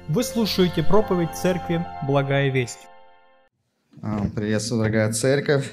Вы слушаете проповедь церкви «Благая весть». Приветствую, дорогая церковь.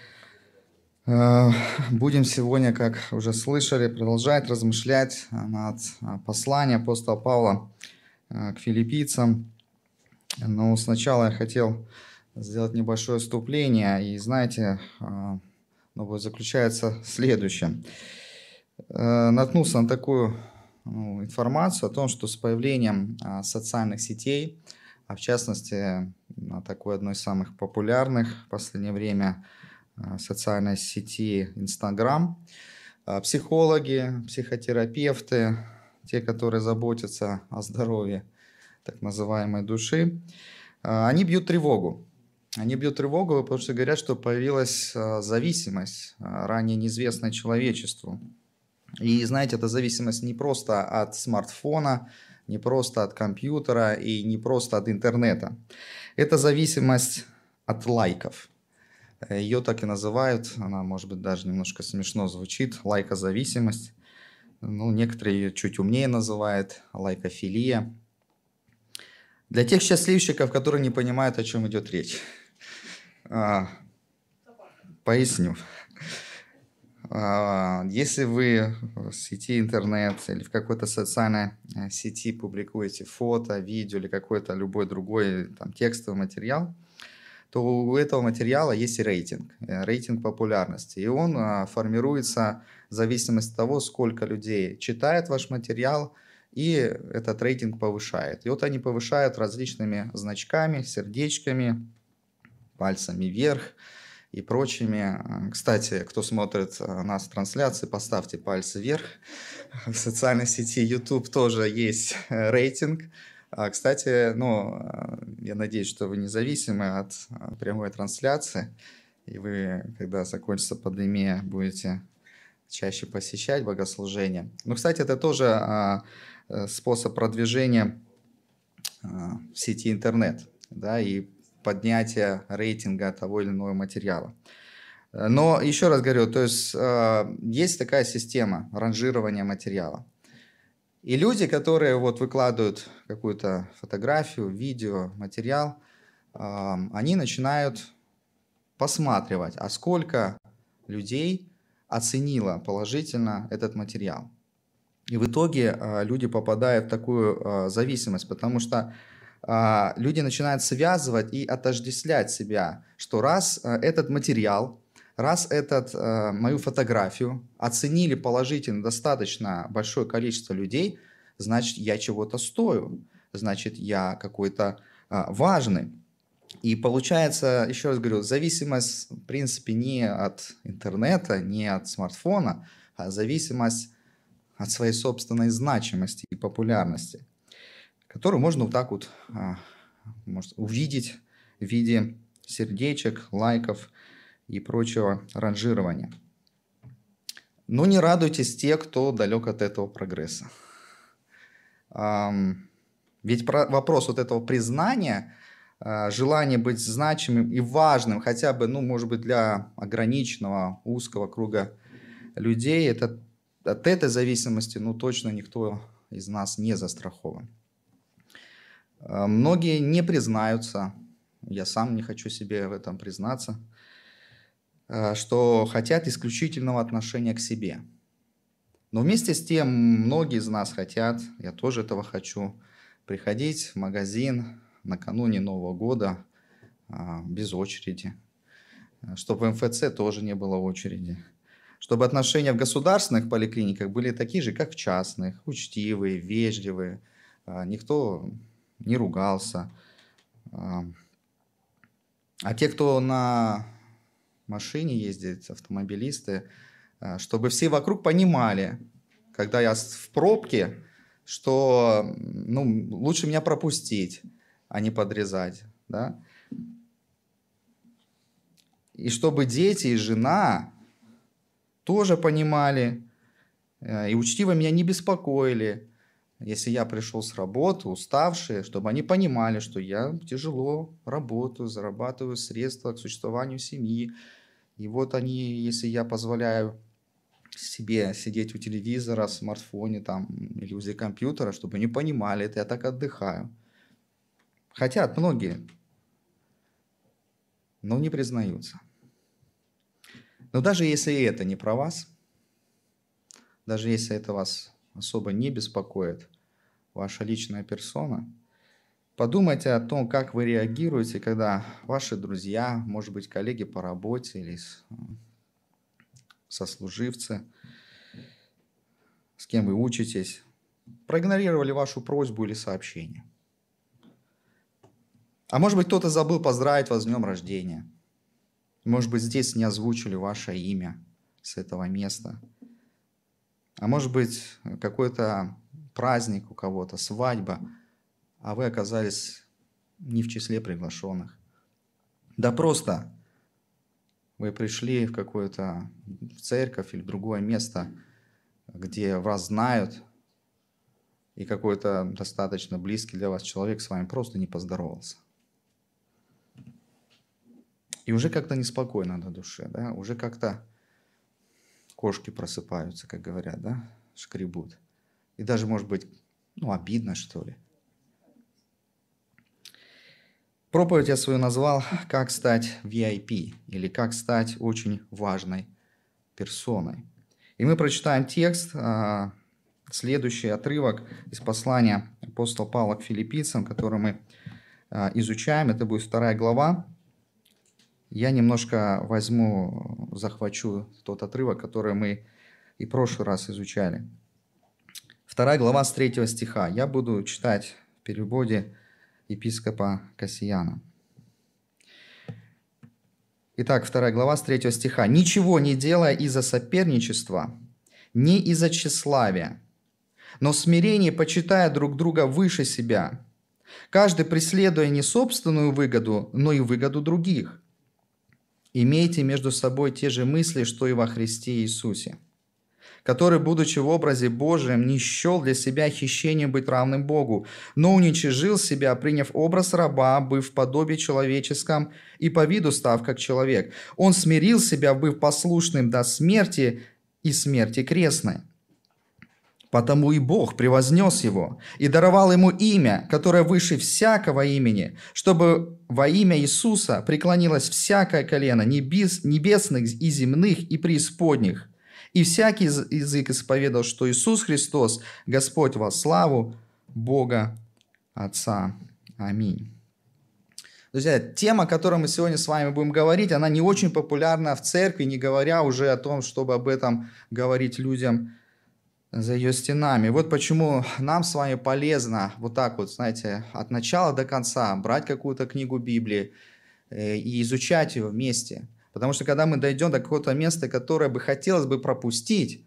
Будем сегодня, как уже слышали, продолжать размышлять над посланием апостола Павла к филиппийцам. Но сначала я хотел сделать небольшое вступление. И знаете, заключается в следующем. Наткнулся на такую информацию о том, что с появлением социальных сетей, а в частности, такой одной из самых популярных в последнее время социальной сети Instagram, психологи, психотерапевты, те, которые заботятся о здоровье так называемой души, они бьют тревогу. Они бьют тревогу, потому что говорят, что появилась зависимость, ранее неизвестная человечеству. И знаете, эта зависимость не просто от смартфона, не просто от компьютера и не просто от интернета. Это зависимость от лайков. Ее так и называют, она, может быть, даже немножко смешно звучит, лайкозависимость. Некоторые ее чуть умнее называют лайкофилия. Для тех счастливчиков, которые не понимают, о чем идет речь, поясню. Если вы в сети интернет или в какой-то социальной сети публикуете фото, видео или какой-то любой другой текстовый материал, то у этого материала есть рейтинг популярности. И он формируется в зависимости от того, сколько людей читает ваш материал, и этот рейтинг повышает. И вот они повышают различными значками, сердечками, пальцами вверх и прочими. Кстати, кто смотрит нас в трансляции, поставьте пальцы вверх. В социальной сети YouTube тоже есть рейтинг. Кстати, я надеюсь, что вы независимы от прямой трансляции, и вы, когда закончится пандемия, будете чаще посещать богослужения. Кстати, это тоже способ продвижения в сети интернет, да, и поднятия рейтинга того или иного материала. Но еще раз говорю, то есть есть такая система ранжирования материала. И люди, которые выкладывают какую-то фотографию, видео, материал, они начинают посматривать, а сколько людей оценило положительно этот материал. И в итоге люди попадают в такую зависимость, потому что люди начинают связывать и отождествлять себя, что раз этот материал, раз мою фотографию оценили положительно достаточно большое количество людей, значит, я чего-то стою, значит, я какой-то важный. И получается, еще раз говорю, зависимость, в принципе, не от интернета, не от смартфона, а зависимость от своей собственной значимости и популярности, которую можно увидеть в виде сердечек, лайков и прочего ранжирования. Но не радуйтесь те, кто далек от этого прогресса. Ведь вопрос этого признания, желание быть значимым и важным, хотя бы, может быть, для ограниченного, узкого круга людей, от этой зависимости, точно никто из нас не застрахован. Многие не признаются, я сам не хочу себе в этом признаться, что хотят исключительного отношения к себе. Но вместе с тем многие из нас хотят, я тоже этого хочу, приходить в магазин накануне Нового года без очереди, чтобы в МФЦ тоже не было очереди, чтобы отношения в государственных поликлиниках были такие же, как в частных, учтивые, вежливые, никто не ругался. А те, кто на машине ездит, автомобилисты, чтобы все вокруг понимали, когда я в пробке, что лучше меня пропустить, а не подрезать. Да? И чтобы дети и жена тоже понимали и учтиво меня не беспокоили, если я пришел с работы, уставший, чтобы они понимали, что я тяжело работаю, зарабатываю средства к существованию семьи. И они, если я позволяю себе сидеть у телевизора, в смартфоне или возле компьютера, чтобы они понимали, это я так отдыхаю. Хотят многие, но не признаются. Но даже если и это не про вас, даже если это вас особо не беспокоит, ваша личная персона, подумайте о том, как вы реагируете, когда ваши друзья, может быть, коллеги по работе или сослуживцы, с кем вы учитесь, проигнорировали вашу просьбу или сообщение. А может быть, кто-то забыл поздравить вас с днем рождения. Может быть, здесь не озвучили ваше имя с этого места. А может быть, какой-то праздник у кого-то, свадьба, а вы оказались не в числе приглашенных. Да просто вы пришли в какую-то церковь или в другое место, где вас знают, и какой-то достаточно близкий для вас человек с вами просто не поздоровался. И уже как-то неспокойно на душе, да? Уже как-то кошки просыпаются, как говорят, да? Шкребут. И даже, может быть, обидно, что ли. Проповедь я свою назвал «Как стать VIP» или «Как стать очень важной персоной». И мы прочитаем текст, следующий отрывок из послания апостола Павла к филиппийцам, который мы изучаем. Это будет 2 глава. Я немножко захвачу тот отрывок, который мы и в прошлый раз изучали. 2 глава с 3 стиха. Я буду читать в переводе епископа Кассияна. Итак, 2 глава с 3 стиха. «Ничего не делая из-за соперничества, не из-за тщеславия, но смирение почитая друг друга выше себя, каждый преследуя не собственную выгоду, но и выгоду других. Имейте между собой те же мысли, что и во Христе Иисусе, который, будучи в образе Божием, не счел для себя хищением быть равным Богу, но уничижил себя, приняв образ раба, быв в подобии человеческом и по виду став как человек. Он смирил себя, быв послушным до смерти и смерти крестной. Потому и Бог превознес его и даровал ему имя, которое выше всякого имени, чтобы во имя Иисуса преклонилось всякое колено небесных и земных и преисподних, и всякий язык исповедал, что Иисус Христос – Господь во славу Бога Отца. Аминь». Друзья, тема, о которой мы сегодня с вами будем говорить, она не очень популярна в церкви, не говоря уже о том, чтобы об этом говорить людям за ее стенами. Вот почему нам с вами полезно вот так вот, знаете, от начала до конца брать какую-то книгу Библии и изучать ее вместе. Потому что когда мы дойдем до какого-то места, которое бы хотелось бы пропустить,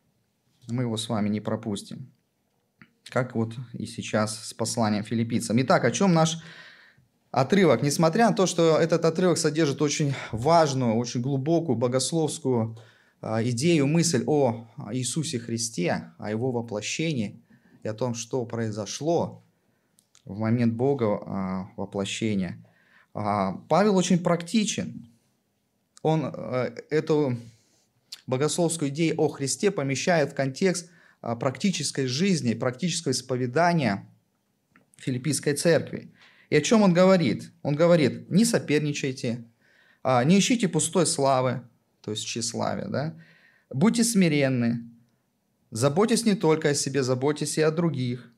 мы его с вами не пропустим. Как вот и сейчас с посланием филиппийцам. Итак, о чем наш отрывок? Несмотря на то, что этот отрывок содержит очень важную, очень глубокую богословскую идею, мысль о Иисусе Христе, о Его воплощении и о том, что произошло в момент Бога воплощения, Павел очень практичен. Он эту богословскую идею о Христе помещает в контекст практической жизни, практического исповедания филиппийской церкви. И о чем он говорит? Он говорит: не соперничайте, не ищите пустой славы, то есть тщеславия, да? Будьте смиренны, заботьтесь не только о себе, заботьтесь и о других.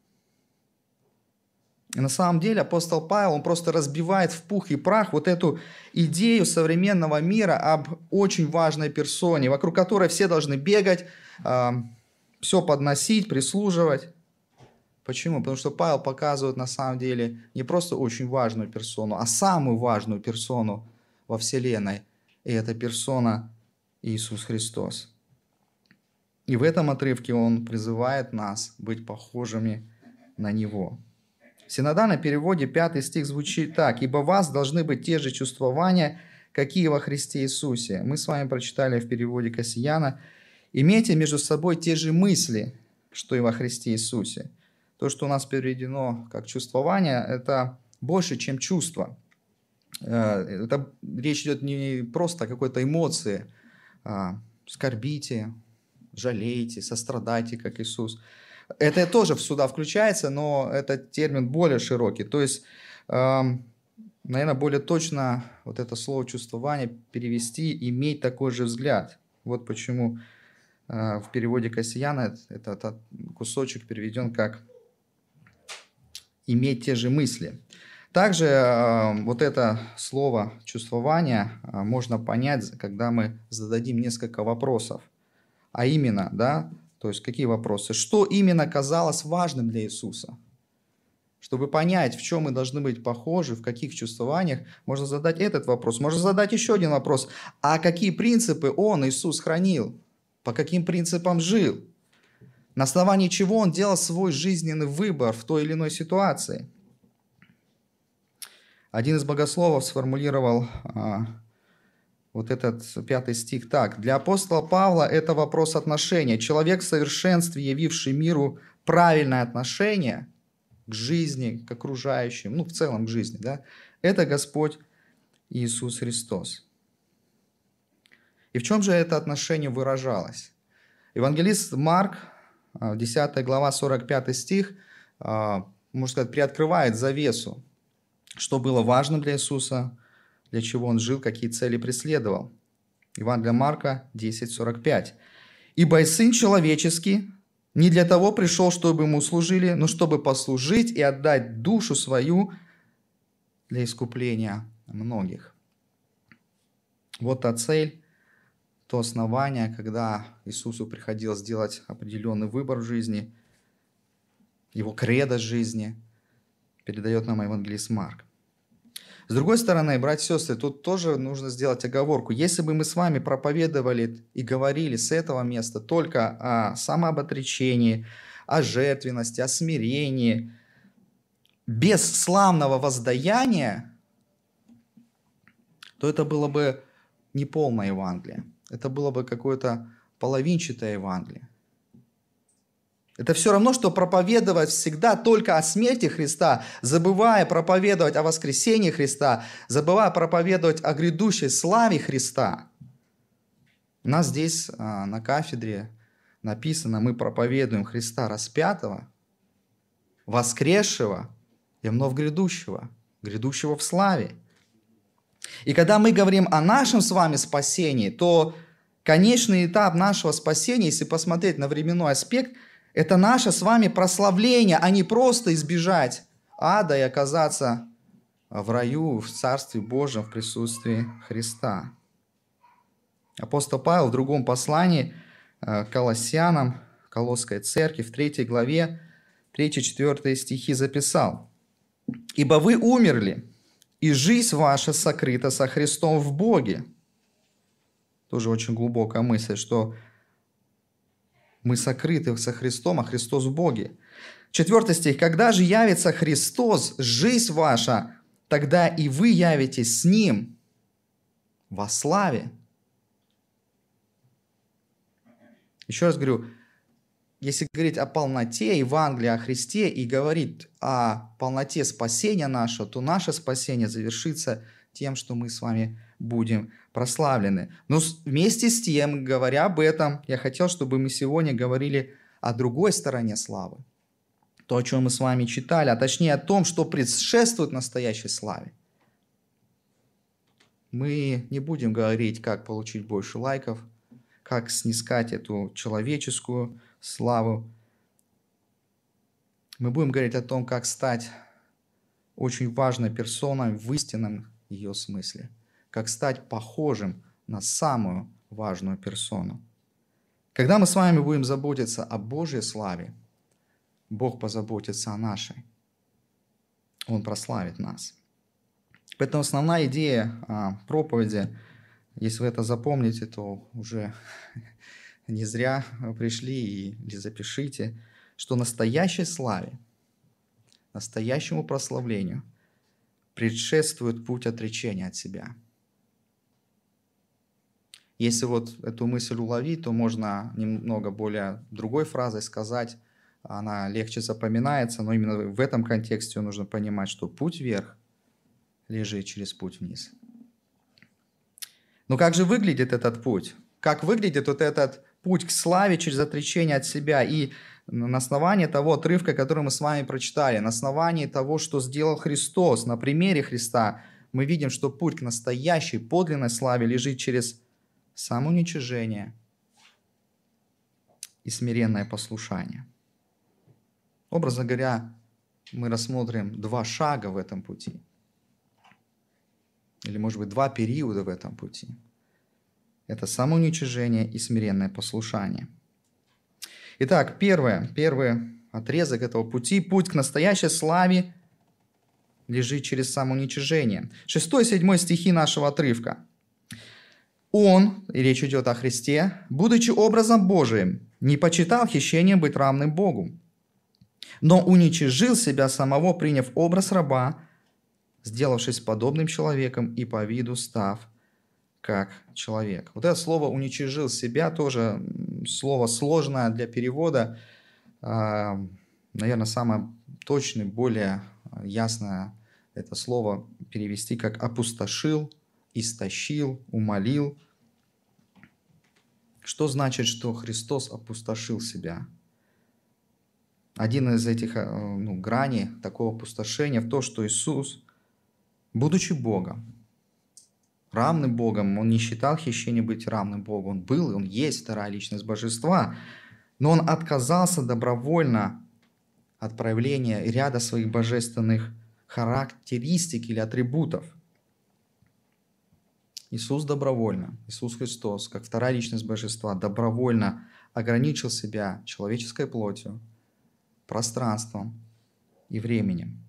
И на самом деле апостол Павел, он просто разбивает в пух и прах вот эту идею современного мира об очень важной персоне, вокруг которой все должны бегать, все подносить, прислуживать. Почему? Потому что Павел показывает на самом деле не просто очень важную персону, а самую важную персону во Вселенной. И это персона Иисус Христос. И в этом отрывке он призывает нас быть похожими на Него. В синодальном переводе 5 стих звучит так: «Ибо у вас должны быть те же чувствования, какие во Христе Иисусе». Мы с вами прочитали в переводе Кассияна: «Имейте между собой те же мысли, что и во Христе Иисусе». То, что у нас переведено как чувствование, это больше, чем чувство. Это речь идет не просто о какой-то эмоции. Скорбите, жалейте, сострадайте, как Иисус. Это тоже сюда включается, но этот термин более широкий. То есть наверное, более точно вот это слово чувствование перевести «иметь такой же взгляд». Вот почему в переводе Кассияна этот кусочек переведен как «иметь те же мысли». Также вот это слово «чувствование» можно понять, когда мы зададим несколько вопросов. А именно, да, то есть какие вопросы? Что именно казалось важным для Иисуса? Чтобы понять, в чем мы должны быть похожи, в каких чувствованиях, можно задать этот вопрос. Можно задать еще один вопрос. А какие принципы Он, Иисус, хранил? По каким принципам жил? На основании чего Он делал свой жизненный выбор в той или иной ситуации? Один из богословов сформулировал вот этот 5 стих так. Для апостола Павла это вопрос отношения. Человек в совершенстве, явивший миру правильное отношение к жизни, к окружающим, ну, в целом к жизни, да, это Господь Иисус Христос. И в чем же это отношение выражалось? Евангелист Марк, 10 глава, 45 стих, можно сказать, приоткрывает завесу, что было важным для Иисуса, для чего Он жил, какие цели преследовал. Евангелие Марка 10:45. «Ибо и Сын Человеческий не для того пришел, чтобы Ему служили, но чтобы послужить и отдать душу свою для искупления многих». Вот та цель, то основание, когда Иисусу приходилось сделать определенный выбор в жизни, Его кредо жизни, передает нам евангелист Марк. С другой стороны, братья и сестры, тут тоже нужно сделать оговорку. Если бы мы с вами проповедовали и говорили с этого места только о самоотречении, о жертвенности, о смирении, без славного воздаяния, то это было бы неполное Евангелие. Это было бы какое-то половинчатое Евангелие. Это все равно, что проповедовать всегда только о смерти Христа, забывая проповедовать о воскресении Христа, забывая проповедовать о грядущей славе Христа. У нас здесь на кафедре написано, мы проповедуем Христа распятого, воскресшего и вновь грядущего в славе. И когда мы говорим о нашем с вами спасении, то конечный этап нашего спасения, если посмотреть на временной аспект, это наше с вами прославление, а не просто избежать ада и оказаться в раю, в Царстве Божьем, в присутствии Христа. Апостол Павел в другом послании к Колоссянам, Колосской церкви, в 3 главе, 3-4 стихи записал. «Ибо вы умерли, и жизнь ваша сокрыта со Христом в Боге». Тоже очень глубокая мысль, что мы сокрыты со Христом, а Христос в Боге. 4 стих. «Когда же явится Христос, жизнь ваша, тогда и вы явитесь с Ним во славе». Еще раз говорю, если говорить о полноте Евангелия о Христе и говорить о полноте спасения нашего, то наше спасение завершится тем, что мы с вами будем прославлены. Но вместе с тем, говоря об этом, я хотел, чтобы мы сегодня говорили о другой стороне славы. То, о чем мы с вами читали, а точнее о том, что предшествует настоящей славе. Мы не будем говорить, как получить больше лайков, как снискать эту человеческую славу. Мы будем говорить о том, как стать очень важной персоной в истинном ее смысле. Как стать похожим на самую важную персону. Когда мы с вами будем заботиться о Божьей славе, Бог позаботится о нашей. Он прославит нас. Поэтому основная идея проповеди, если вы это запомните, то уже не зря пришли или запишите, что настоящей славе, настоящему прославлению предшествует путь отречения от себя. Если вот эту мысль уловить, то можно немного более другой фразой сказать, она легче запоминается, но именно в этом контексте нужно понимать, что путь вверх лежит через путь вниз. Но как же выглядит этот путь? Как выглядит вот этот путь к славе через отречение от себя? И на основании того отрывка, который мы с вами прочитали, на основании того, что сделал Христос, на примере Христа, мы видим, что путь к настоящей, подлинной славе лежит через самоуничижение и смиренное послушание. Образно говоря, мы рассмотрим два шага в этом пути. Или, может быть, два периода в этом пути. Это самоуничижение и смиренное послушание. Итак, первый отрезок этого пути, путь к настоящей славе лежит через самоуничижение. 6-7 стихи нашего отрывка. Он, и речь идет о Христе, будучи образом Божиим, не почитал хищением быть равным Богу, но уничижил себя самого, приняв образ раба, сделавшись подобным человеком и по виду став как человек. Вот это слово «уничижил себя» тоже слово сложное для перевода. Наверное, самое точное, более ясное это слово перевести как «опустошил», «истощил», «умолил». Что значит, что Христос опустошил себя? Один из этих граней такого опустошения в том, что Иисус, будучи Богом, равным Богом, Он не считал хищением быть равным Богу. Он был, Он есть вторая личность Божества, но Он отказался добровольно от проявления ряда своих божественных характеристик или атрибутов. Иисус добровольно, Иисус Христос, как вторая личность Божества, добровольно ограничил себя человеческой плотью, пространством и временем.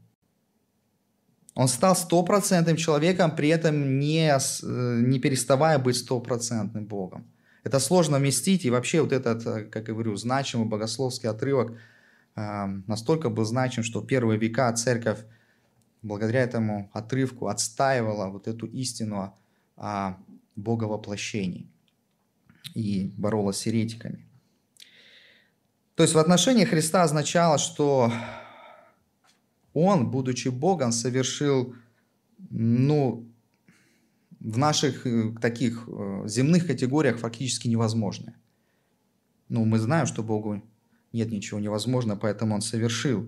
Он стал стопроцентным человеком, при этом не переставая быть стопроцентным Богом. Это сложно вместить, и вообще вот этот, как я говорю, значимый богословский отрывок настолько был значим, что в первые века церковь благодаря этому отрывку отстаивала вот эту истину о боговоплощении и боролась с еретиками. То есть в отношении Христа означало, что Он, будучи Богом, совершил, в наших таких земных категориях фактически невозможное. Мы знаем, что Богу нет ничего невозможного, поэтому Он совершил.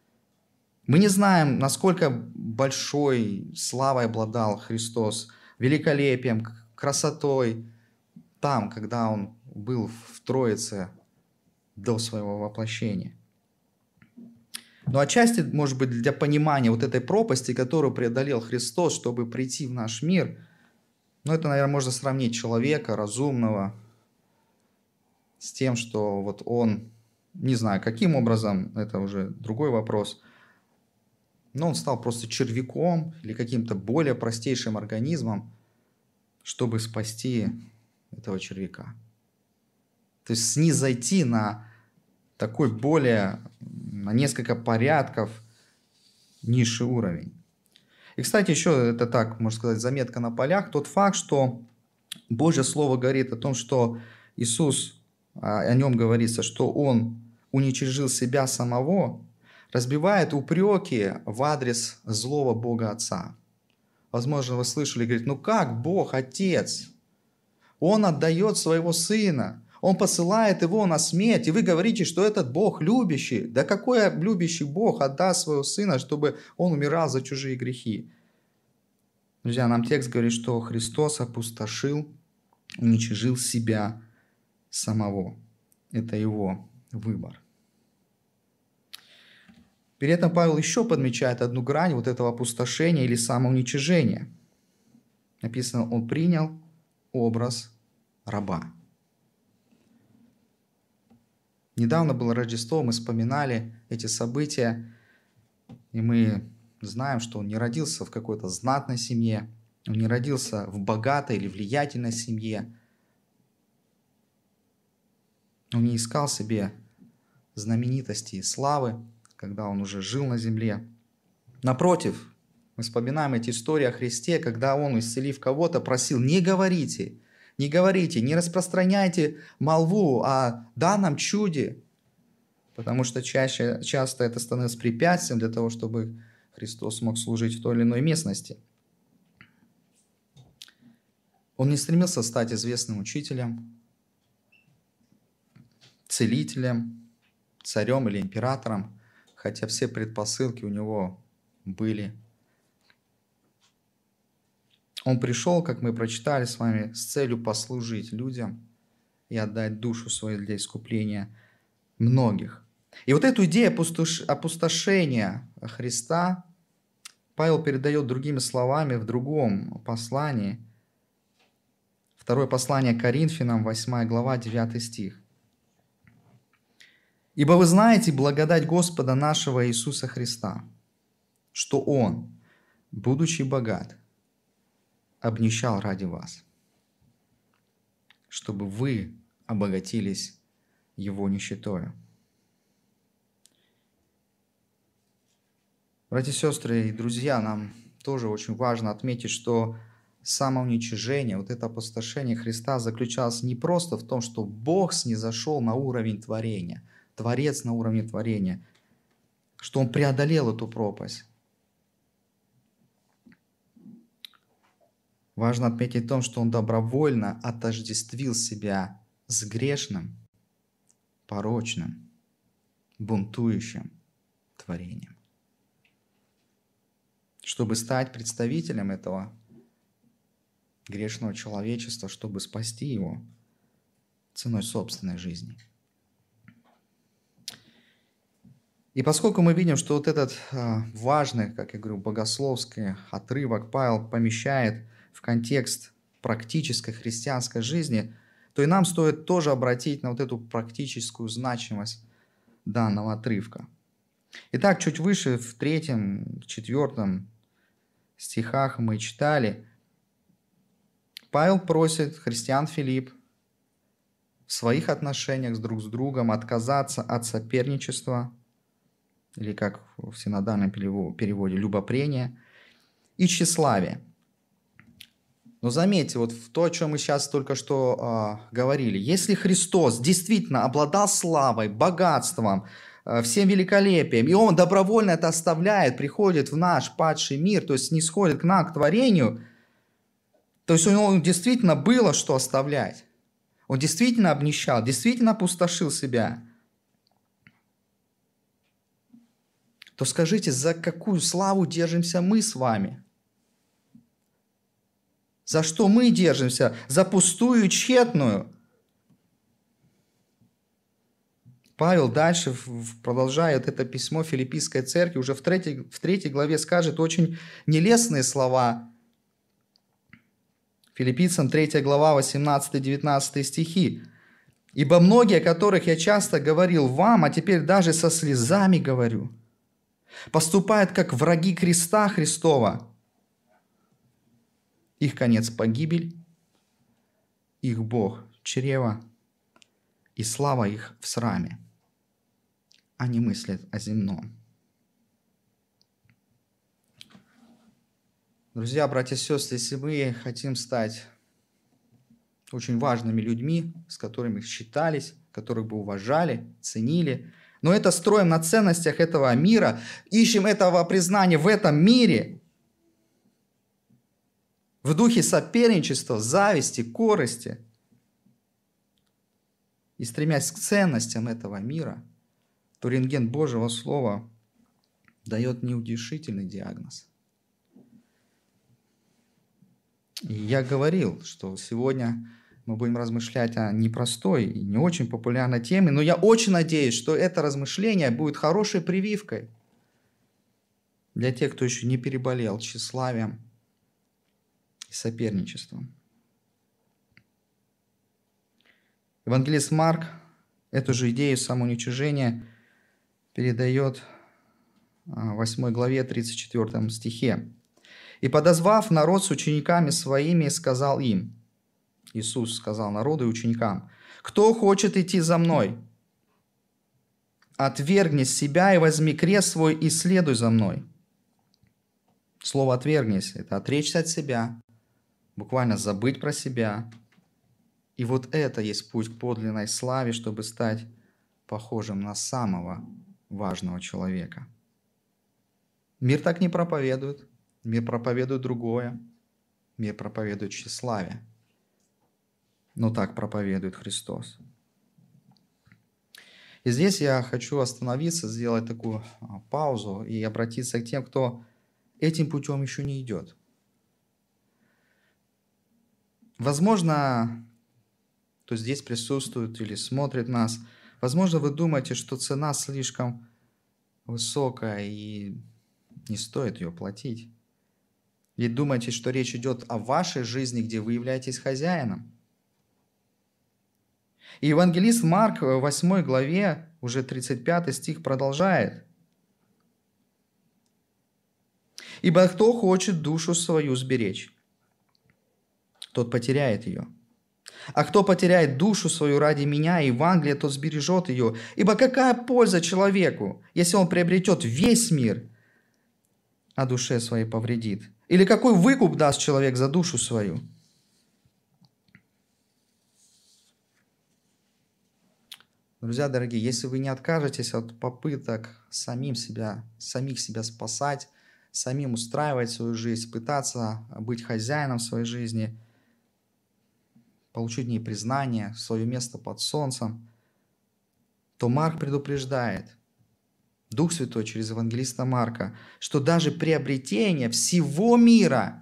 Мы не знаем, насколько большой славой обладал Христос, великолепием, красотой там, когда Он был в Троице до своего воплощения. Но отчасти, может быть, для понимания вот этой пропасти, которую преодолел Христос, чтобы прийти в наш мир, это, наверное, можно сравнить человека разумного с тем, что вот он, не знаю, каким образом, это уже другой вопрос, но он стал просто червяком или каким-то более простейшим организмом, чтобы спасти этого червяка. То есть снизойти на такой на несколько порядков низший уровень. И, кстати, еще это так, можно сказать, заметка на полях. Тот факт, что Божье Слово говорит о том, что Иисус, о нем говорится, что Он уничижил себя самого, разбивает упреки в адрес злого Бога Отца. Возможно, вы слышали, говорит, как Бог, Отец, Он отдает своего Сына, Он посылает Его на смерть, и вы говорите, что этот Бог любящий. Да какой любящий Бог отдаст своего Сына, чтобы Он умирал за чужие грехи? Друзья, нам текст говорит, что Христос опустошил, уничижил себя самого. Это Его выбор. При этом Павел еще подмечает одну грань вот этого опустошения или самоуничижения. Написано, Он принял образ раба. Недавно было Рождество, мы вспоминали эти события, и мы знаем, что Он не родился в какой-то знатной семье, Он не родился в богатой или влиятельной семье. Он не искал себе знаменитости и славы, когда Он уже жил на земле. Напротив, мы вспоминаем эти истории о Христе, когда Он, исцелив кого-то, просил, не говорите, не распространяйте молву о данном чуде, потому что часто это становилось препятствием для того, чтобы Христос мог служить в той или иной местности. Он не стремился стать известным учителем, целителем, царем или императором, хотя все предпосылки у него были. Он пришел, как мы прочитали с вами, с целью послужить людям и отдать душу свою для искупления многих. И вот эту идею опустошения Христа Павел передает другими словами в другом послании. Второе послание Коринфянам, 8 глава, 9 стих. «Ибо вы знаете благодать Господа нашего Иисуса Христа, что Он, будучи богат, обнищал ради вас, чтобы вы обогатились Его нищетою». Братья и сестры и друзья, нам тоже очень важно отметить, что самоуничижение, вот это опустошение Христа заключалось не просто в том, что Бог снизошел на уровень творения, Творец на уровне творения, что Он преодолел эту пропасть. Важно отметить в том, что Он добровольно отождествил себя с грешным, порочным, бунтующим творением, чтобы стать представителем этого грешного человечества, чтобы спасти его ценой собственной жизни. И поскольку мы видим, что вот этот важный, как я говорю, богословский отрывок Павел помещает в контекст практической христианской жизни, то и нам стоит тоже обратить на вот эту практическую значимость данного отрывка. Итак, чуть выше, в 3-4 стихах мы читали, Павел просит христиан Филипп в своих отношениях друг с другом отказаться от соперничества, или как в синодальном переводе, любопрения и тщеславия. Но заметьте, вот в то, о чем мы сейчас только что говорили, если Христос действительно обладал славой, богатством, всем великолепием, и Он добровольно это оставляет, приходит в наш падший мир, то есть снисходит к нам, к творению, то есть у Него действительно было что оставлять. Он действительно обнищал, действительно опустошил себя. То скажите, за какую славу держимся мы с вами? За что мы держимся? За пустую и тщетную? Павел дальше, продолжает это письмо Филиппийской церкви, уже в 3 главе скажет очень нелестные слова. Филиппийцам 3 глава, 18-19 стихи. «Ибо многие, о которых я часто говорил вам, а теперь даже со слезами говорю, поступают как враги креста Христова. Их конец – погибель, их Бог – чрево, и слава их в сраме. Они мыслят о земном». Друзья, братья и сестры, если мы хотим стать очень важными людьми, с которыми считались, которых бы уважали, ценили, но это строим на ценностях этого мира, ищем этого признания в этом мире, в духе соперничества, зависти, корысти, и стремясь к ценностям этого мира, то рентген Божьего Слова дает неутешительный диагноз. И я говорил, что сегодня мы будем размышлять о непростой и не очень популярной теме, но я очень надеюсь, что это размышление будет хорошей прививкой для тех, кто еще не переболел тщеславием и соперничеством. Евангелист Марк эту же идею самоуничижения передает в 8 главе 34 стихе. «И, подозвав народ с учениками своими, сказал им», Иисус сказал народу и ученикам, «Кто хочет идти за мной? Отвергни себя и возьми крест свой и следуй за мной». Слово «отвергнись» – это отречься от себя, буквально забыть про себя. И вот это есть путь к подлинной славе, чтобы стать похожим на самого важного человека. Мир так не проповедует. Мир проповедует другое. Мир проповедует тщеславие. Но так проповедует Христос. И здесь я хочу остановиться, сделать такую паузу и обратиться к тем, кто этим путем еще не идет. Возможно, кто здесь присутствует или смотрит нас, возможно, вы думаете, что цена слишком высокая и не стоит ее платить. Ведь думаете, что речь идет о вашей жизни, где вы являетесь хозяином. И евангелист Марк в 8 главе, уже 35 стих продолжает. «Ибо кто хочет душу свою сберечь, тот потеряет ее. А кто потеряет душу свою ради меня и Евангелия, тот сбережет ее. Ибо какая польза человеку, если он приобретет весь мир, а душе своей повредит? Или какой выкуп даст человек за душу свою?» Друзья дорогие, если вы не откажетесь от попыток самих себя спасать, самим устраивать свою жизнь, пытаться быть хозяином своей жизни, получить в ней признание, свое место под солнцем, то Марк предупреждает, Дух Святой через евангелиста Марка, что даже приобретение всего мира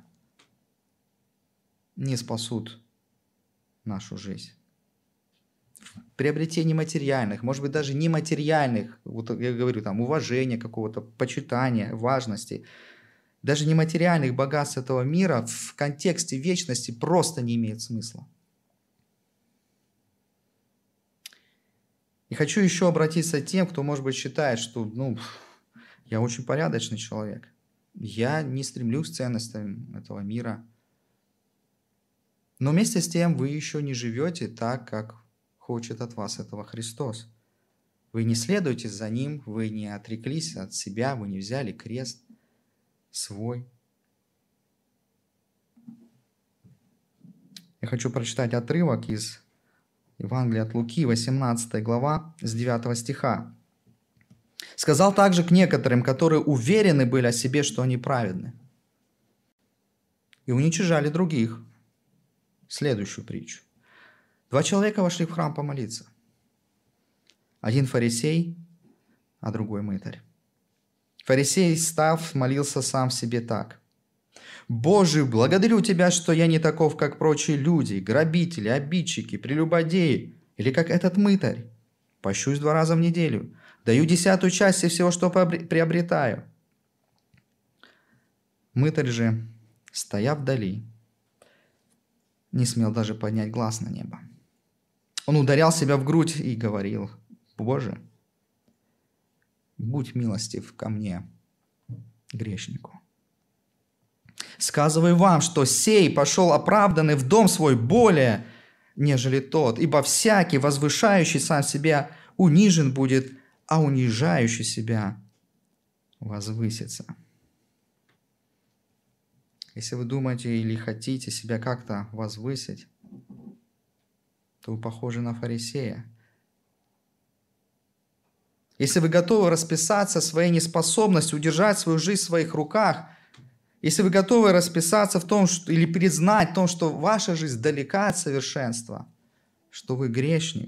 не спасут нашу жизнь. Приобретение материальных, может быть, даже нематериальных, вот я говорю, там, уважения какого-то, почитания, важности, даже нематериальных богатств этого мира в контексте вечности просто не имеет смысла. И хочу еще обратиться к тем, кто, может быть, считает, что, я очень порядочный человек, я не стремлюсь к ценностям этого мира. Но вместе с тем вы еще не живете так, как хочет от вас этого Христос. Вы не следуете за Ним, вы не отреклись от себя, вы не взяли крест свой. Я хочу прочитать отрывок из Евангелия от Луки, 18 глава, с 9 стиха. «Сказал также к некоторым, которые уверены были о себе, что они праведны, и уничижали других». Следующую притчу. 2 человека вошли в храм помолиться. Один фарисей, а другой мытарь. Фарисей, став, молился сам себе так: «Боже, благодарю Тебя, что я не таков, как прочие люди, грабители, обидчики, прелюбодеи, или как этот мытарь. Пощусь 2 раза в неделю, даю 10-ую часть всего, что приобретаю». Мытарь же, стоя вдали, не смел даже поднять глаз на небо. Он ударял себя в грудь и говорил: «Боже, будь милостив ко мне, грешнику. Сказываю вам, что сей пошел оправданный в дом свой более, нежели тот, ибо всякий, возвышающий сам себя, унижен будет, а унижающий себя возвысится». Если вы думаете или хотите себя как-то возвысить, то вы похожи на фарисея. Если вы готовы расписаться своей неспособностью удержать свою жизнь в своих руках, если вы готовы расписаться в том, что, или признать в том, что ваша жизнь далека от совершенства, что вы грешник,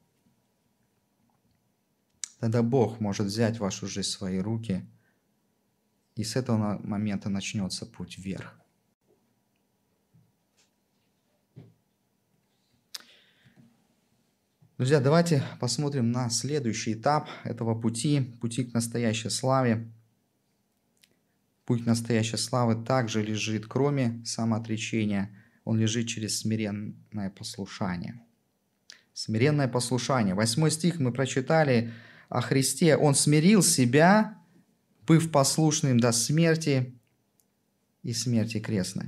тогда Бог может взять вашу жизнь в свои руки, и с этого момента начнется путь вверх. Друзья, давайте посмотрим на следующий этап этого пути, пути к настоящей славе. Путь к настоящей славы также лежит, кроме самоотречения, он лежит через смиренное послушание. Смиренное послушание. 8 стих мы прочитали о Христе. Он смирил себя, быв послушным до смерти и смерти крестной.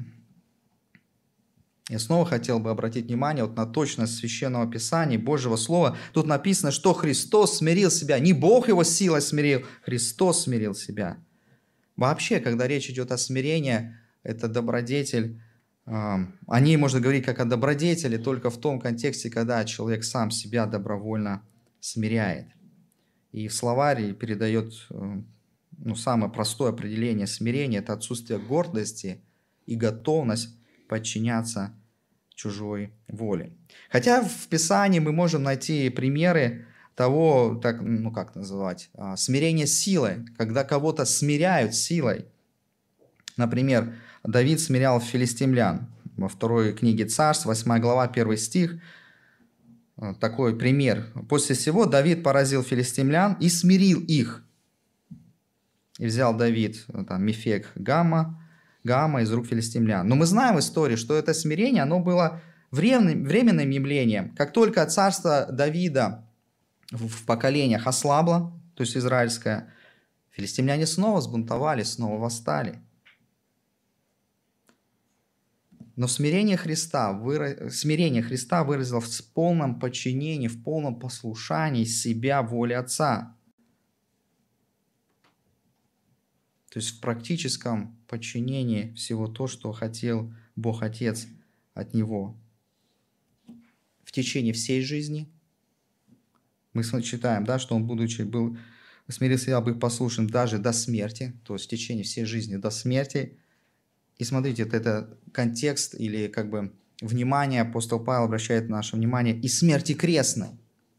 Я снова хотел бы обратить внимание на точность Священного Писания, Божьего Слова. Тут написано, что Христос смирил себя. Не Бог его силой смирил, Христос смирил себя. Вообще, когда речь идет о смирении, это добродетель. О ней можно говорить как о добродетели только в том контексте, когда человек сам себя добровольно смиряет. И в словаре передает самое простое определение смирения – это отсутствие гордости и готовность подчиняться чужой воле. Хотя в Писании мы можем найти примеры того, так, ну как называть, смирение силой, когда кого-то смиряют силой. Например, Давид смирял филистимлян. Во второй книге Царств, 8 глава, 1 стих, такой пример. «После сего Давид поразил филистимлян и смирил их. И взял Давид там, Мефек Гамма из рук филистимлян». Но мы знаем в истории, что это смирение, оно было временным явлением. Как только царство Давида в поколениях ослабло, то есть израильское, филистимляне снова сбунтовались, снова восстали. Но смирение Христа выразилось в полном подчинении, в полном послушании себя воле Отца. То есть в практическом подчинении всего то, что хотел Бог Отец от него. В течение всей жизни мы читаем, да, что он, смирил себя, быть послушным даже до смерти, то есть в течение всей жизни до смерти. И смотрите, это контекст или как бы внимание, апостол Павел обращает наше внимание, и смерти крестной.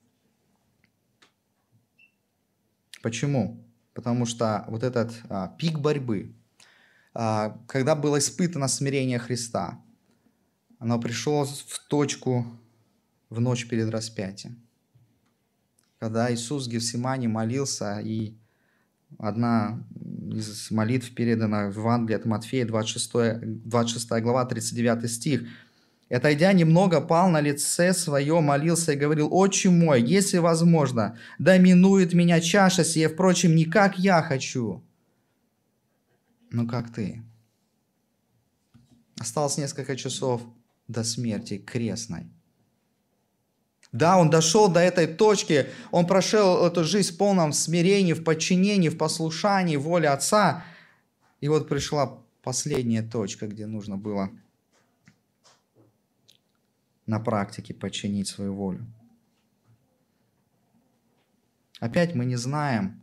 Почему? Потому что вот этот пик борьбы, когда было испытано смирение Христа, оно пришло в точку в ночь перед распятием. Когда Иисус в Гефсимании молился, и одна из молитв передана в Евангелии от Матфея, 26 глава, 39 стих. «И, отойдя немного, пал на лице свое, молился и говорил: Отче мой, если возможно, да минует меня чаша сия, впрочем, не как я хочу, но как ты». Осталось несколько часов до смерти крестной. Да, он дошел до этой точки, он прошел эту жизнь в полном смирении, в подчинении, в послушании воле Отца. И вот пришла последняя точка, где нужно было на практике подчинить свою волю. Опять мы не знаем,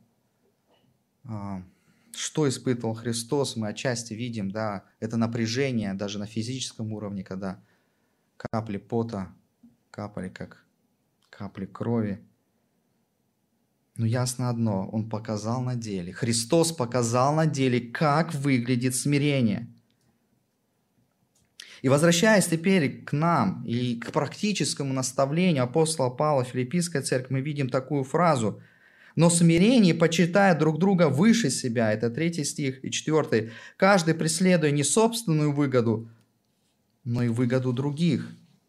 что испытывал Христос. Мы отчасти видим, да, это напряжение даже на физическом уровне, когда капли пота капали, как капли крови. Но ясно одно, Он показал на деле, Христос показал на деле, как выглядит смирение. И возвращаясь теперь к нам и к практическому наставлению апостола Павла в Филиппийской церкви, мы видим такую фразу: «Но смирение почитая друг друга выше себя». Это 3 стих и 4. «Каждый преследуя не собственную выгоду, но и выгоду других».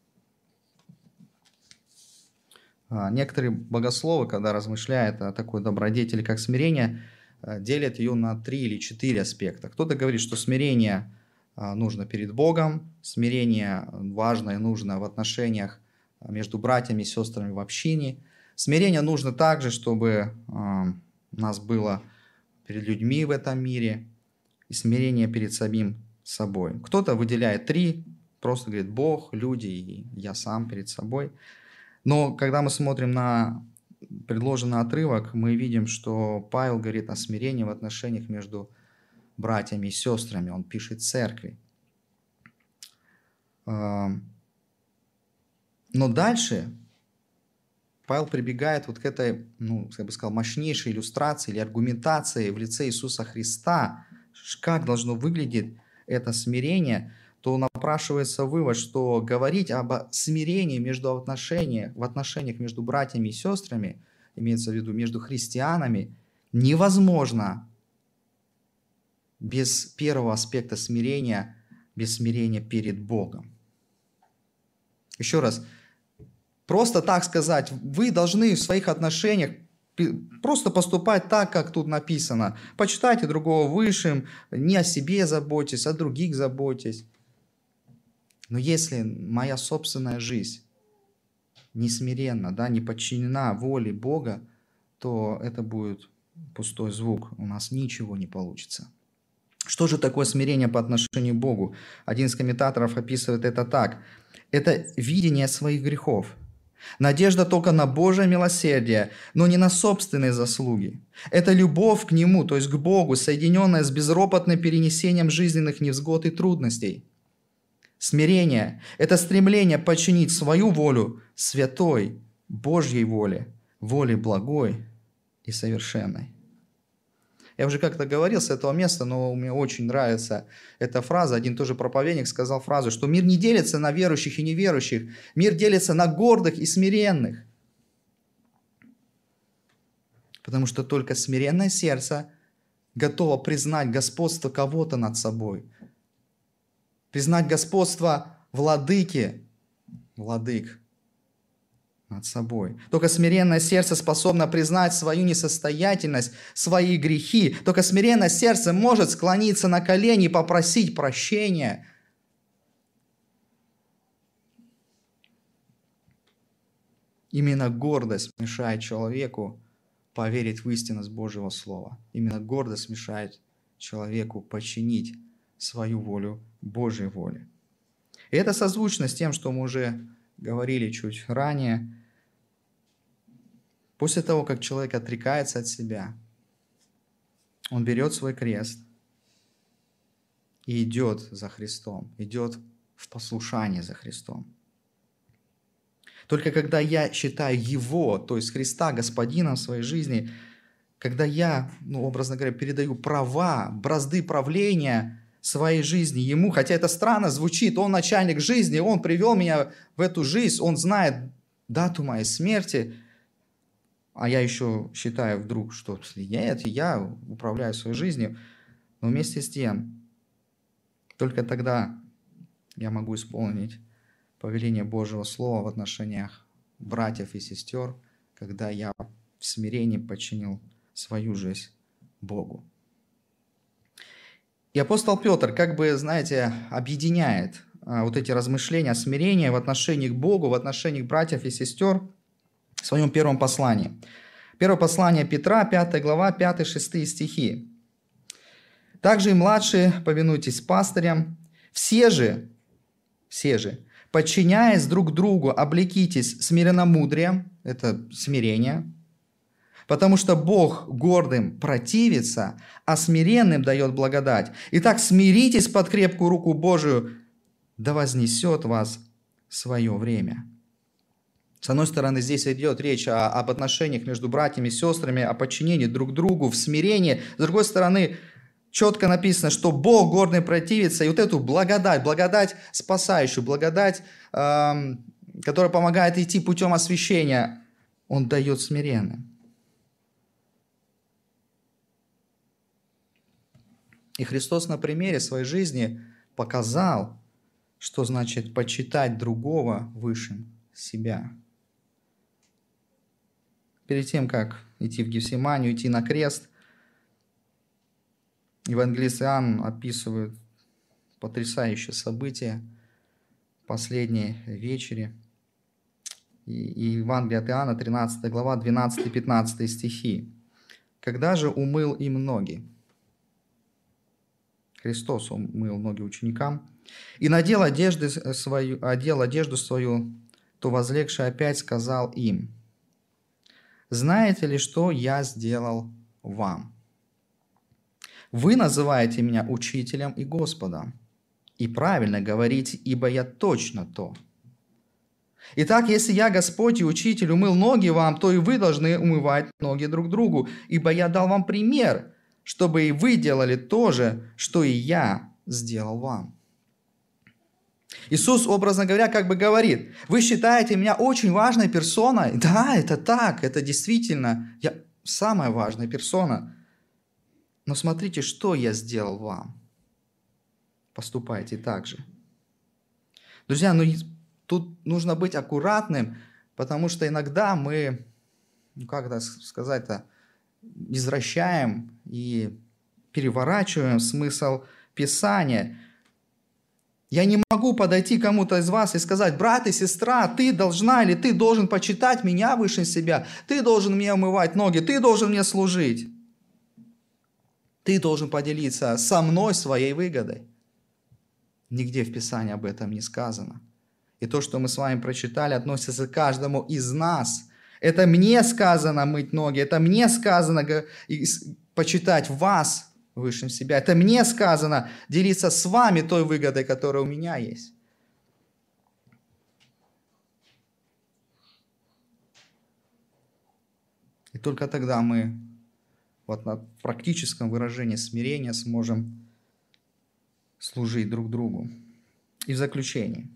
Некоторые богословы, когда размышляют о такой добродетели, как смирение, делят ее на 3 или 4 аспекта. Кто-то говорит, что смирение нужно перед Богом, смирение важно и нужно в отношениях между братьями и сестрами в общине. Смирение нужно также, чтобы у нас было перед людьми в этом мире, и смирение перед самим собой. Кто-то выделяет 3, просто говорит Бог, люди и я сам перед собой. Но когда мы смотрим на предложенный отрывок, мы видим, что Павел говорит о смирении в отношениях между братьями и сестрами. Он пишет церкви. Но дальше Павел прибегает вот к этой, я бы сказал, мощнейшей иллюстрации или аргументации в лице Иисуса Христа, как должно выглядеть это смирение, то напрашивается вывод, что говорить об смирении в отношениях между братьями и сестрами, имеется в виду между христианами, невозможно без первого аспекта смирения, без смирения перед Богом. Еще раз, просто так сказать, вы должны в своих отношениях просто поступать так, как тут написано. Почитайте другого высшим, не о себе заботьтесь, о других заботьтесь. Но если моя собственная жизнь не смиренна, не подчинена воле Бога, то это будет пустой звук, у нас ничего не получится. Что же такое смирение по отношению к Богу? Один из комментаторов описывает это так. Это видение своих грехов. Надежда только на Божие милосердие, но не на собственные заслуги. Это любовь к Нему, то есть к Богу, соединенная с безропотным перенесением жизненных невзгод и трудностей. Смирение – это стремление подчинить свою волю святой Божьей воле, воли благой и совершенной. Я уже как-то говорил с этого места, но мне очень нравится эта фраза. Один тоже проповедник сказал фразу, что мир не делится на верующих и неверующих. Мир делится на гордых и смиренных. Потому что только смиренное сердце готово признать господство кого-то над собой. Признать господство владык над собой. Только смиренное сердце способно признать свою несостоятельность, свои грехи. Только смиренное сердце может склониться на колени и попросить прощения. Именно гордость мешает человеку поверить в истинность Божьего Слова. Именно гордость мешает человеку подчинить свою волю Божьей воле. И это созвучно с тем, что мы уже говорили чуть ранее. После того, как человек отрекается от себя, он берет свой крест и идет за Христом, идет в послушание за Христом. Только когда я считаю Его, то есть Христа, Господином в своей жизни, когда я, образно говоря, передаю права, бразды правления своей жизни Ему, хотя это странно звучит, Он начальник жизни, Он привел меня в эту жизнь, Он знает дату моей смерти, а я еще считаю вдруг, что нет, я управляю своей жизнью, но вместе с тем, только тогда я могу исполнить повеление Божьего Слова в отношениях братьев и сестер, когда я в смирении подчинил свою жизнь Богу. И апостол Петр, объединяет вот эти размышления о смирении в отношении к Богу, в отношении братьев и сестер в своем первом послании. Первое послание Петра, 5 глава, 5-6 стихи. «Также и младшие повинуйтесь пастырям, все же, подчиняясь друг другу, облекитесь смиренномудрием», это смирение, «потому что Бог гордым противится, а смиренным дает благодать. Итак, смиритесь под крепкую руку Божию, да вознесет вас свое время». С одной стороны, здесь идет речь об отношениях между братьями и сестрами, о подчинении друг другу, в смирении. С другой стороны, четко написано, что Бог гордым противится, и вот эту благодать спасающую, благодать, которая помогает идти путем освящения, Он дает смиренным. И Христос на примере своей жизни показал, что значит почитать другого выше себя. Перед тем, как идти в Гефсиманию, идти на крест, евангелист Иоанн описывает потрясающее событие последней вечери. И Евангелие от Иоанна, 13 глава, 12-15 стихи. «Когда же умыл им ноги?» Христос умыл ноги ученикам. «И надел одежду свою, то возлегший опять сказал им: знаете ли, что я сделал вам? Вы называете меня учителем и Господом, и правильно говорите, ибо я точно то. Итак, если я, Господь и Учитель, умыл ноги вам, то и вы должны умывать ноги друг другу, ибо я дал вам пример, чтобы и вы делали то же, что и я сделал вам». Иисус, образно говоря, говорит: вы считаете меня очень важной персоной? Да, это так, это действительно я самая важная персона. Но смотрите, что я сделал вам. Поступайте так же. Друзья, тут нужно быть аккуратным, потому что иногда мы, извращаем и переворачиваем смысл Писания. Я не могу подойти к кому-то из вас и сказать: брат и сестра, ты должна или ты должен почитать меня выше себя, ты должен мне умывать ноги, ты должен мне служить. Ты должен поделиться со мной своей выгодой. Нигде в Писании об этом не сказано. И то, что мы с вами прочитали, относится к каждому из нас. Это мне сказано мыть ноги, это мне сказано почитать вас выше себя. Это мне сказано делиться с вами той выгодой, которая у меня есть. И только тогда мы вот на практическом выражении смирения сможем служить друг другу. И в заключение.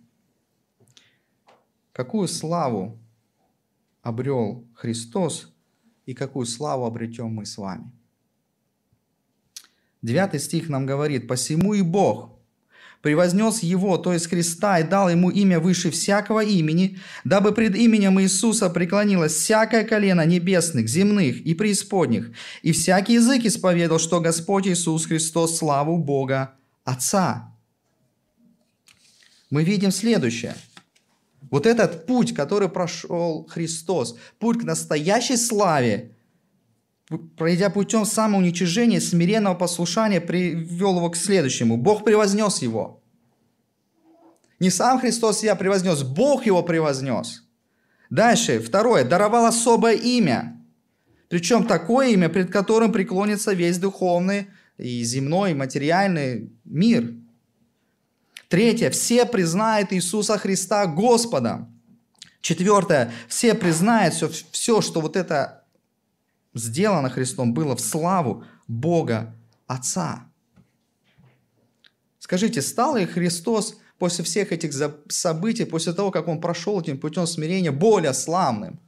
Какую славу обрел Христос и какую славу обретем мы с вами? 9 стих нам говорит: «Посему и Бог превознес Его, то есть Христа, и дал Ему имя выше всякого имени, дабы пред именем Иисуса преклонилось всякое колено небесных, земных и преисподних, и всякий язык исповедал, что Господь Иисус Христос славу Бога Отца». Мы видим следующее. Вот этот путь, который прошел Христос, путь к настоящей славе, пройдя путем самоуничижения, смиренного послушания, привел его к следующему. Бог превознес его. Не сам Христос себя превознес, Бог его превознес. Дальше, второе, даровал особое имя. Причем такое имя, пред которым преклонится весь духовный и земной, и материальный мир. Третье, все признают Иисуса Христа Господом. Четвертое, все признают все, что вот это сделано Христом, было в славу Бога Отца. Скажите, стал ли Христос после всех этих событий, после того, как Он прошел этим путем смирения, более славным?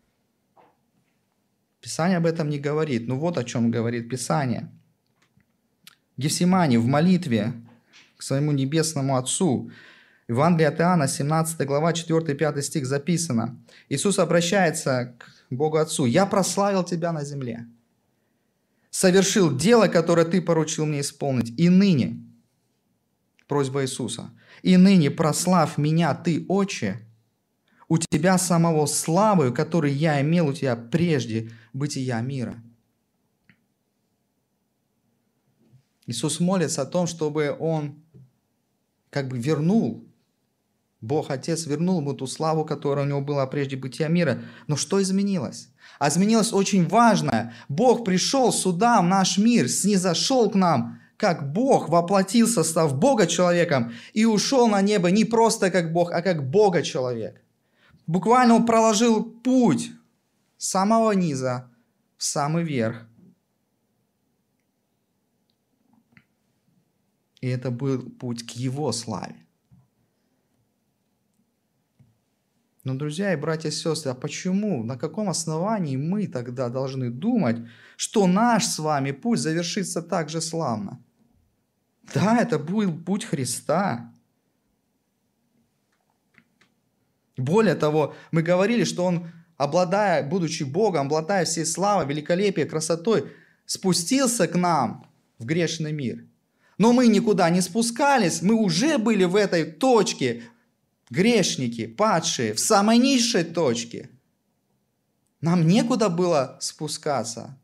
Писание об этом не говорит. Но вот о чем говорит Писание. В Гефсимании, в молитве к своему небесному Отцу, Евангелие от Иоанна, 17 глава, 4-5 стих записано. Иисус обращается к Богу Отцу: «Я прославил Тебя на земле, совершил дело, которое Ты поручил мне исполнить, и ныне», просьба Иисуса, «и ныне прославь Меня Ты, Отче, у Тебя самого славою, которую я имел у Тебя прежде бытия мира». Иисус молится о том, чтобы Он вернул, Бог Отец вернул ему ту славу, которая у него была прежде бытия мира. Но что изменилось? А изменилось очень важное. Бог пришел сюда, в наш мир, снизошел к нам, как Бог, воплотился, став Бога человеком, и ушел на небо не просто как Бог, а как Бога человек. Буквально Он проложил путь с самого низа в самый верх. И это был путь к Его славе. Но, друзья и братья и сестры, а почему, на каком основании мы тогда должны думать, что наш с вами путь завершится так же славно? Да, это был путь Христа. Более того, мы говорили, что Он, будучи Богом, обладая всей славой, великолепием, красотой, спустился к нам в грешный мир. Но мы никуда не спускались, мы уже были в этой точке, грешники, падшие, в самой низшей точке. Нам некуда было спускаться.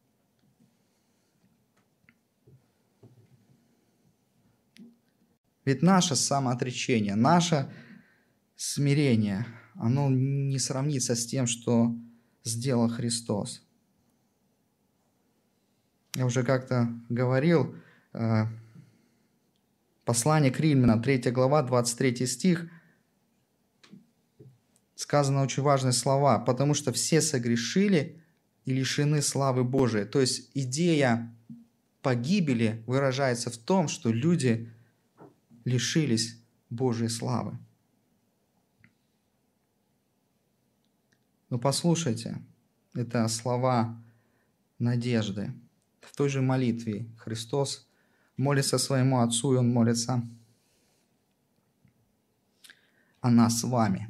Ведь наше самоотречение, наше смирение, оно не сравнится с тем, что сделал Христос. Я уже как-то говорил, послание к Римлянам, 3 глава, 23 стих, сказано очень важные слова: «Потому что все согрешили и лишены славы Божией». То есть идея погибели выражается в том, что люди лишились Божьей славы. Но послушайте, это слова надежды. В той же молитве Христос молится своему Отцу, и Он молится о нас с вами.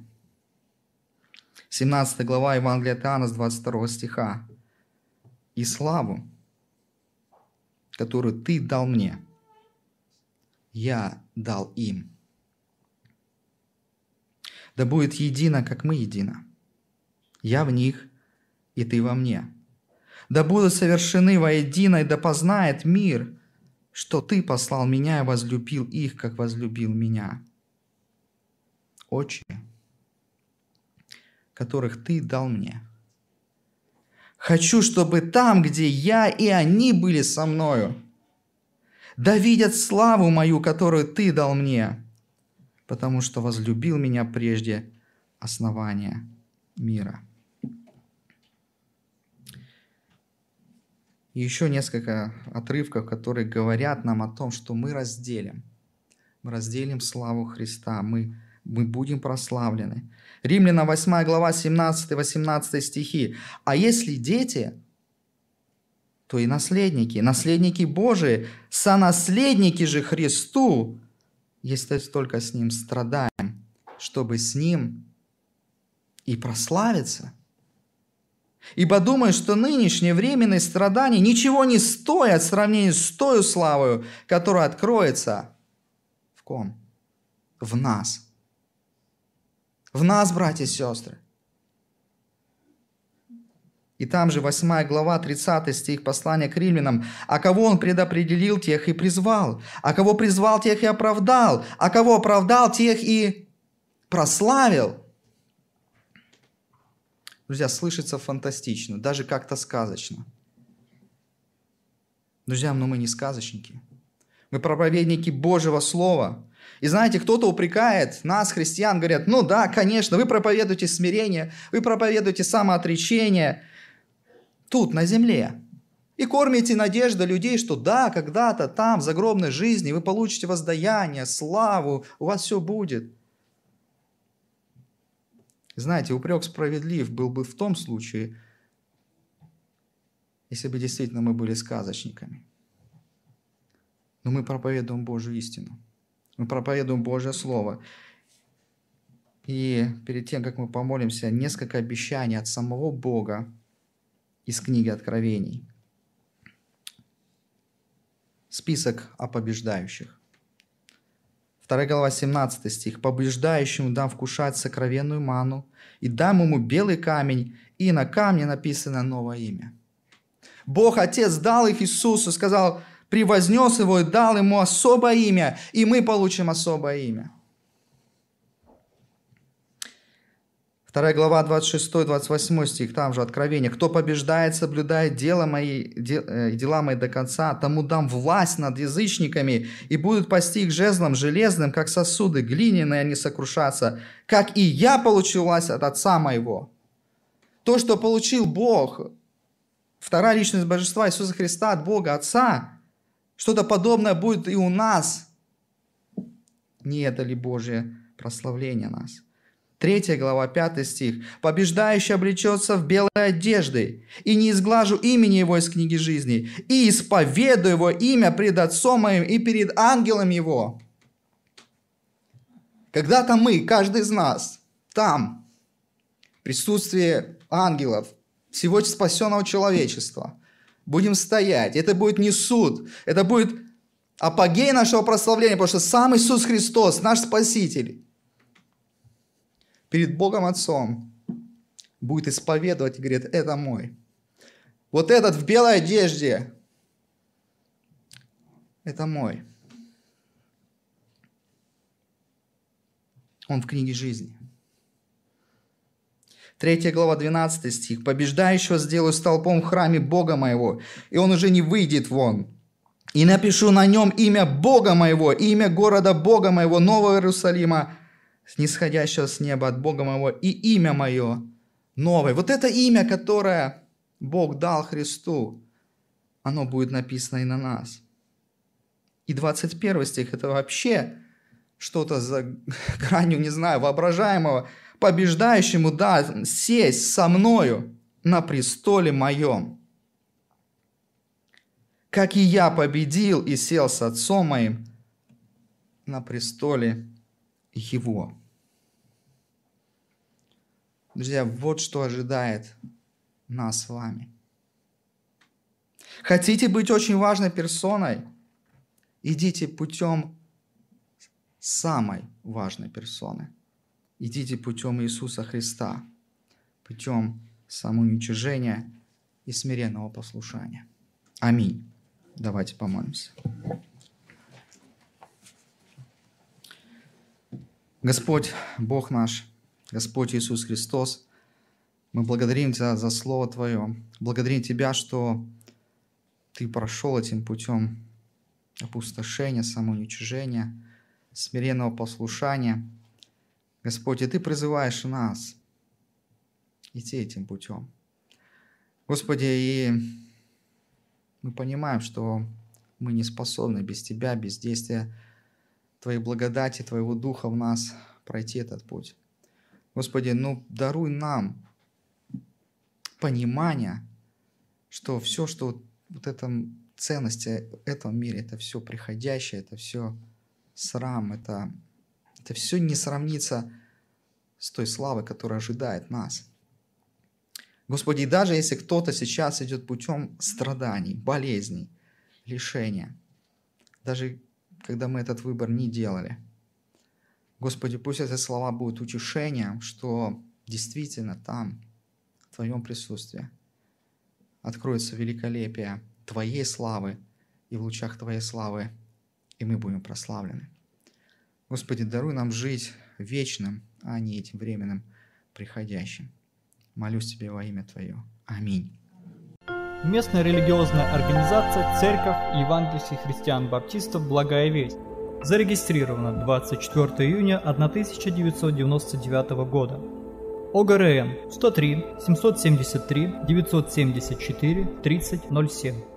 17 глава Евангелия от Иоанна с 22 стиха. «И славу, которую Ты дал мне, я дал им. Да будет едино, как мы едино. Я в них, и Ты во мне. Да будут совершены воедино, и да познает мир, что Ты послал меня и возлюбил их, как возлюбил меня. Отче, которых Ты дал мне. Хочу, чтобы там, где я и они были со мною, да видят славу мою, которую Ты дал мне, потому что возлюбил меня прежде основания мира». И еще несколько отрывков, которые говорят нам о том, что мы разделим. Мы разделим славу Христа, мы будем прославлены. Римлянам 8 глава 17-18 стихи. «А если дети, то и наследники, наследники Божии, сонаследники же Христу, если только с Ним страдаем, чтобы с Ним и прославиться. Ибо думаю, что нынешние временные страдания ничего не стоят в сравнении с той славою, которая откроется в ком? В нас. В нас, братья и сестры. И там же 8 глава, 30 стих послания к римлянам. «А кого он предопределил, тех и призвал. А кого призвал, тех и оправдал. А кого оправдал, тех и прославил». Друзья, слышится фантастично, даже как-то сказочно. Друзья, но мы не сказочники. Мы проповедники Божьего Слова. И знаете, кто-то упрекает нас, христиан, говорят, ну да, конечно, вы проповедуете смирение, вы проповедуете самоотречение тут, на земле. И кормите надежду людей, что да, когда-то там, в загробной жизни, вы получите воздаяние, славу, у вас все будет. Знаете, упрек справедлив был бы в том случае, если бы действительно мы были сказочниками. Но мы проповедуем Божью истину. Мы проповедуем Божье Слово. И перед тем, как мы помолимся, несколько обещаний от самого Бога из книги Откровений. Список о побеждающих. 2 глава, 17 стих. «Побеждающему дам вкушать сокровенную ману, и дам ему белый камень, и на камне написано новое имя». Бог Отец дал их Иисусу, сказал, превознес его и дал ему особое имя, и мы получим особое имя. 2 глава, 26-28 стих, там же Откровение. «Кто побеждает, соблюдает дела мои до конца, тому дам власть над язычниками, и будут пасти их жезлом железным, как сосуды глиняные, они сокрушатся, как и я получил власть от Отца моего». То, что получил Бог, вторая личность Божества Иисуса Христа от Бога Отца, что-то подобное будет и у нас. Не это ли Божье прославление нас? 3 глава, 5 стих. «Побеждающий облечется в белой одежды, и не изглажу имени его из книги жизни, и исповедую его имя пред Отцом моим и перед ангелом его». Когда-то мы, каждый из нас, там, в присутствии ангелов, всего спасенного человечества, будем стоять. Это будет не суд, это будет апогей нашего прославления, потому что сам Иисус Христос, наш Спаситель, перед Богом Отцом будет исповедовать и говорит, это мой. Вот этот в белой одежде, это мой. Он в книге жизни. 3 глава, 12 стих. «Побеждающего сделаю столпом в храме Бога моего, и он уже не выйдет вон. И напишу на нем имя Бога моего, имя города Бога моего, Нового Иерусалима, снисходящего с неба от Бога моего, и имя мое новое». Вот это имя, которое Бог дал Христу, оно будет написано и на нас. И 21 стих, это вообще что-то за гранью, не знаю, воображаемого. «Побеждающему да сесть со мною на престоле моем, как и я победил и сел с Отцом моим на престоле его». Друзья, вот что ожидает нас с вами. Хотите быть очень важной персоной? Идите путем самой важной персоны. Идите путем Иисуса Христа, путем самоуничижения и смиренного послушания. Аминь. Давайте помолимся. Господь, Бог наш, Господь Иисус Христос, мы благодарим Тебя за Слово Твое. Благодарим Тебя, что Ты прошел этим путем опустошения, самоуничижения, смиренного послушания. Господь, и Ты призываешь нас идти этим путем. Господи, и Мы понимаем, что мы не способны без Тебя, без действия Твоей благодати, Твоего Духа в нас пройти этот путь. Господи, даруй нам понимание, что все, что вот это ценности этого мира, это все приходящее, это все срам, это все не сравнится с той славой, которая ожидает нас. Господи, даже если кто-то сейчас идет путем страданий, болезней, лишения, даже когда мы этот выбор не делали, Господи, пусть эти слова будут утешением, что действительно там, в Твоем присутствии, откроется великолепие Твоей славы, и в лучах Твоей славы и мы будем прославлены. Господи, даруй нам жить вечным, а не этим временным приходящим. Молюсь Тебе во имя Твое. Аминь. Местная религиозная организация Церковь Евангельских христиан-баптистов «Благая весть» зарегистрирована 24 июня 1999 года. ОГРН 103 773 974 3007.